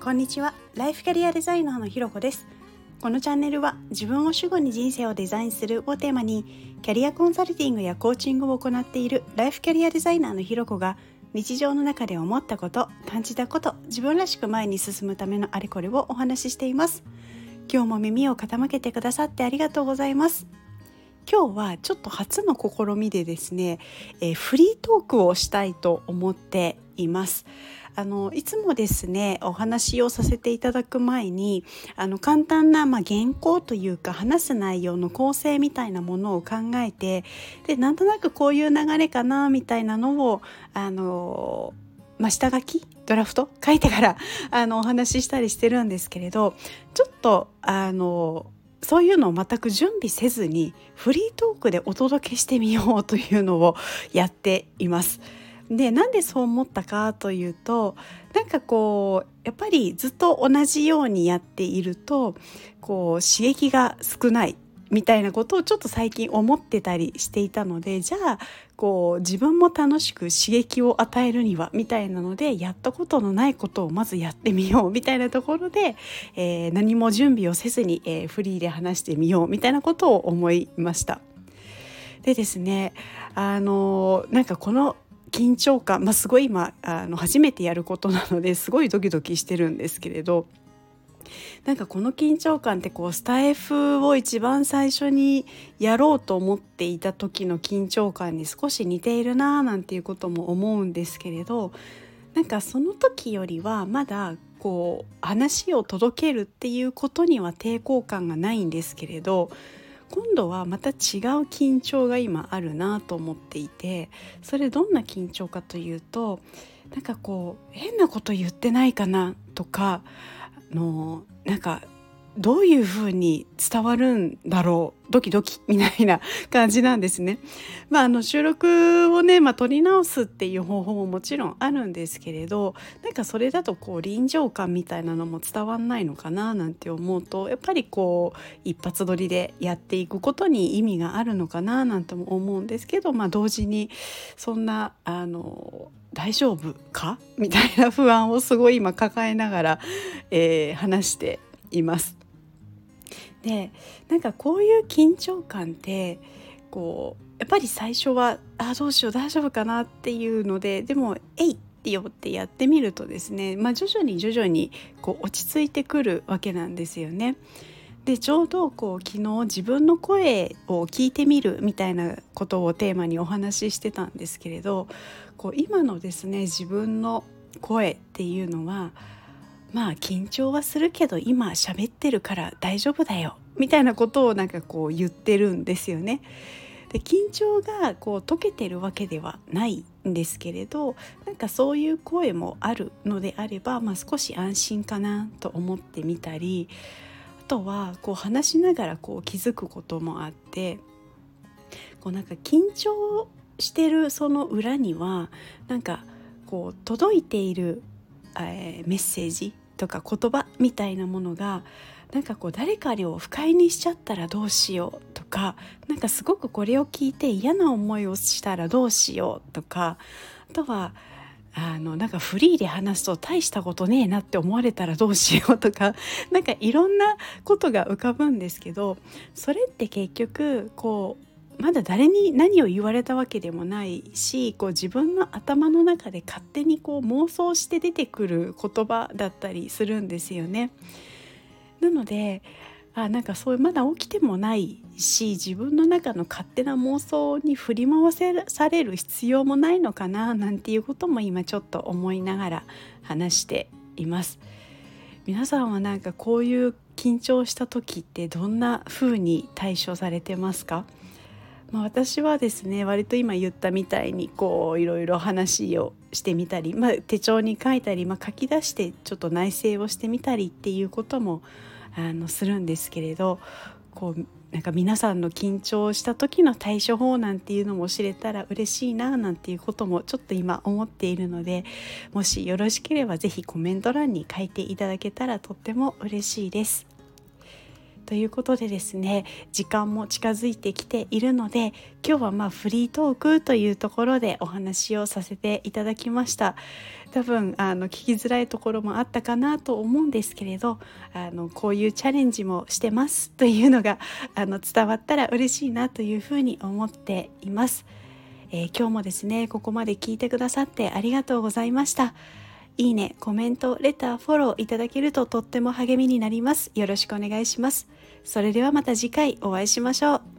こんにちは。ライフキャリアデザイナーのひろこです。このチャンネルは自分を主語に人生をデザインするをテーマに、キャリアコンサルティングやコーチングを行っているライフキャリアデザイナーのひろこが、日常の中で思ったこと、感じたこと、自分らしく前に進むためのあれこれをお話ししています。今日も耳を傾けてくださってありがとうございます。今日はちょっと初の試みでですね、フリートークをしたいと思っています。いつもですねお話をさせていただく前に簡単な、原稿というか話す内容の構成みたいなものを考えて、でなんとなくこういう流れかなみたいなのを下書きドラフト書いてからお話ししたりしてるんですけれど、ちょっとそういうのを全く準備せずにフリートークでお届けしてみようというのをやっています。で、なんでそう思ったかというと、やっぱりずっと同じようにやっていると刺激が少ないみたいなことをちょっと最近思ってたりしていたので、じゃあ自分も楽しく刺激を与えるにはみたいなので、やったことのないことをまずやってみようみたいなところで、何も準備をせずに、フリーで話してみようみたいなことを思いました。でですね、この緊張感、すごい今初めてやることなのですごいドキドキしてるんですけれど、この緊張感ってスタイフを一番最初にやろうと思っていた時の緊張感に少し似ているななんていうことも思うんですけれど、その時よりはまだ話を届けるっていうことには抵抗感がないんですけれど、今度はまた違う緊張が今あるなと思っていて、それどんな緊張かというと、変なこと言ってないかなとかどういうふうに伝わるんだろう、ドキドキみたいな感じなんですね。収録をね、撮り直すっていう方法ももちろんあるんですけれど、それだと臨場感みたいなのも伝わんないのかななんて思うと、やっぱり一発撮りでやっていくことに意味があるのかななんても思うんですけど、同時にそんな大丈夫かみたいな不安をすごい今抱えながら、話しています。で、こういう緊張感ってやっぱり最初はどうしよう大丈夫かなっていうので、でもってよってやってみるとですね、徐々に落ち着いてくるわけなんですよね。で、ちょうど昨日自分の声を聞いてみるみたいなことをテーマにお話ししてたんですけれど、今のですね自分の声っていうのは緊張はするけど今喋ってるから大丈夫だよみたいなことを言ってるんですよね。で、緊張が解けてるわけではないんですけれど、そういう声もあるのであれば、少し安心かなと思ってみたり、あとは話しながら気づくこともあって、緊張してるその裏には届いているメッセージとか言葉みたいなものが誰かを不快にしちゃったらどうしようとか、すごくこれを聞いて嫌な思いをしたらどうしようとか、あとはフリーで話すと大したことねえなって思われたらどうしようとか、いろんなことが浮かぶんですけど、それって結局まだ誰に何を言われたわけでもないし、自分の頭の中で勝手に妄想して出てくる言葉だったりするんですよね。なのでそういうまだ起きてもないし、自分の中の勝手な妄想に振り回される必要もないのかななんていうことも今ちょっと思いながら話しています。皆さんはこういう緊張した時ってどんな風に対処されてますか？私はですね、割と今言ったみたいにいろいろ話をしてみたり、手帳に書いたり、書き出してちょっと内省をしてみたりっていうこともするんですけれど、皆さんの緊張した時の対処法なんていうのも知れたら嬉しいななんていうこともちょっと今思っているので、もしよろしければぜひコメント欄に書いていただけたらとっても嬉しいです。 ということでですね、時間も近づいてきているので、今日はフリートークというところでお話をさせていただきました。多分聞きづらいところもあったかなと思うんですけれど、こういうチャレンジもしてますというのが伝わったら嬉しいなというふうに思っています。今日もですね、ここまで聞いてくださってありがとうございました。いいね、コメント、レター、フォローいただけるととっても励みになります。よろしくお願いします。それではまた次回お会いしましょう。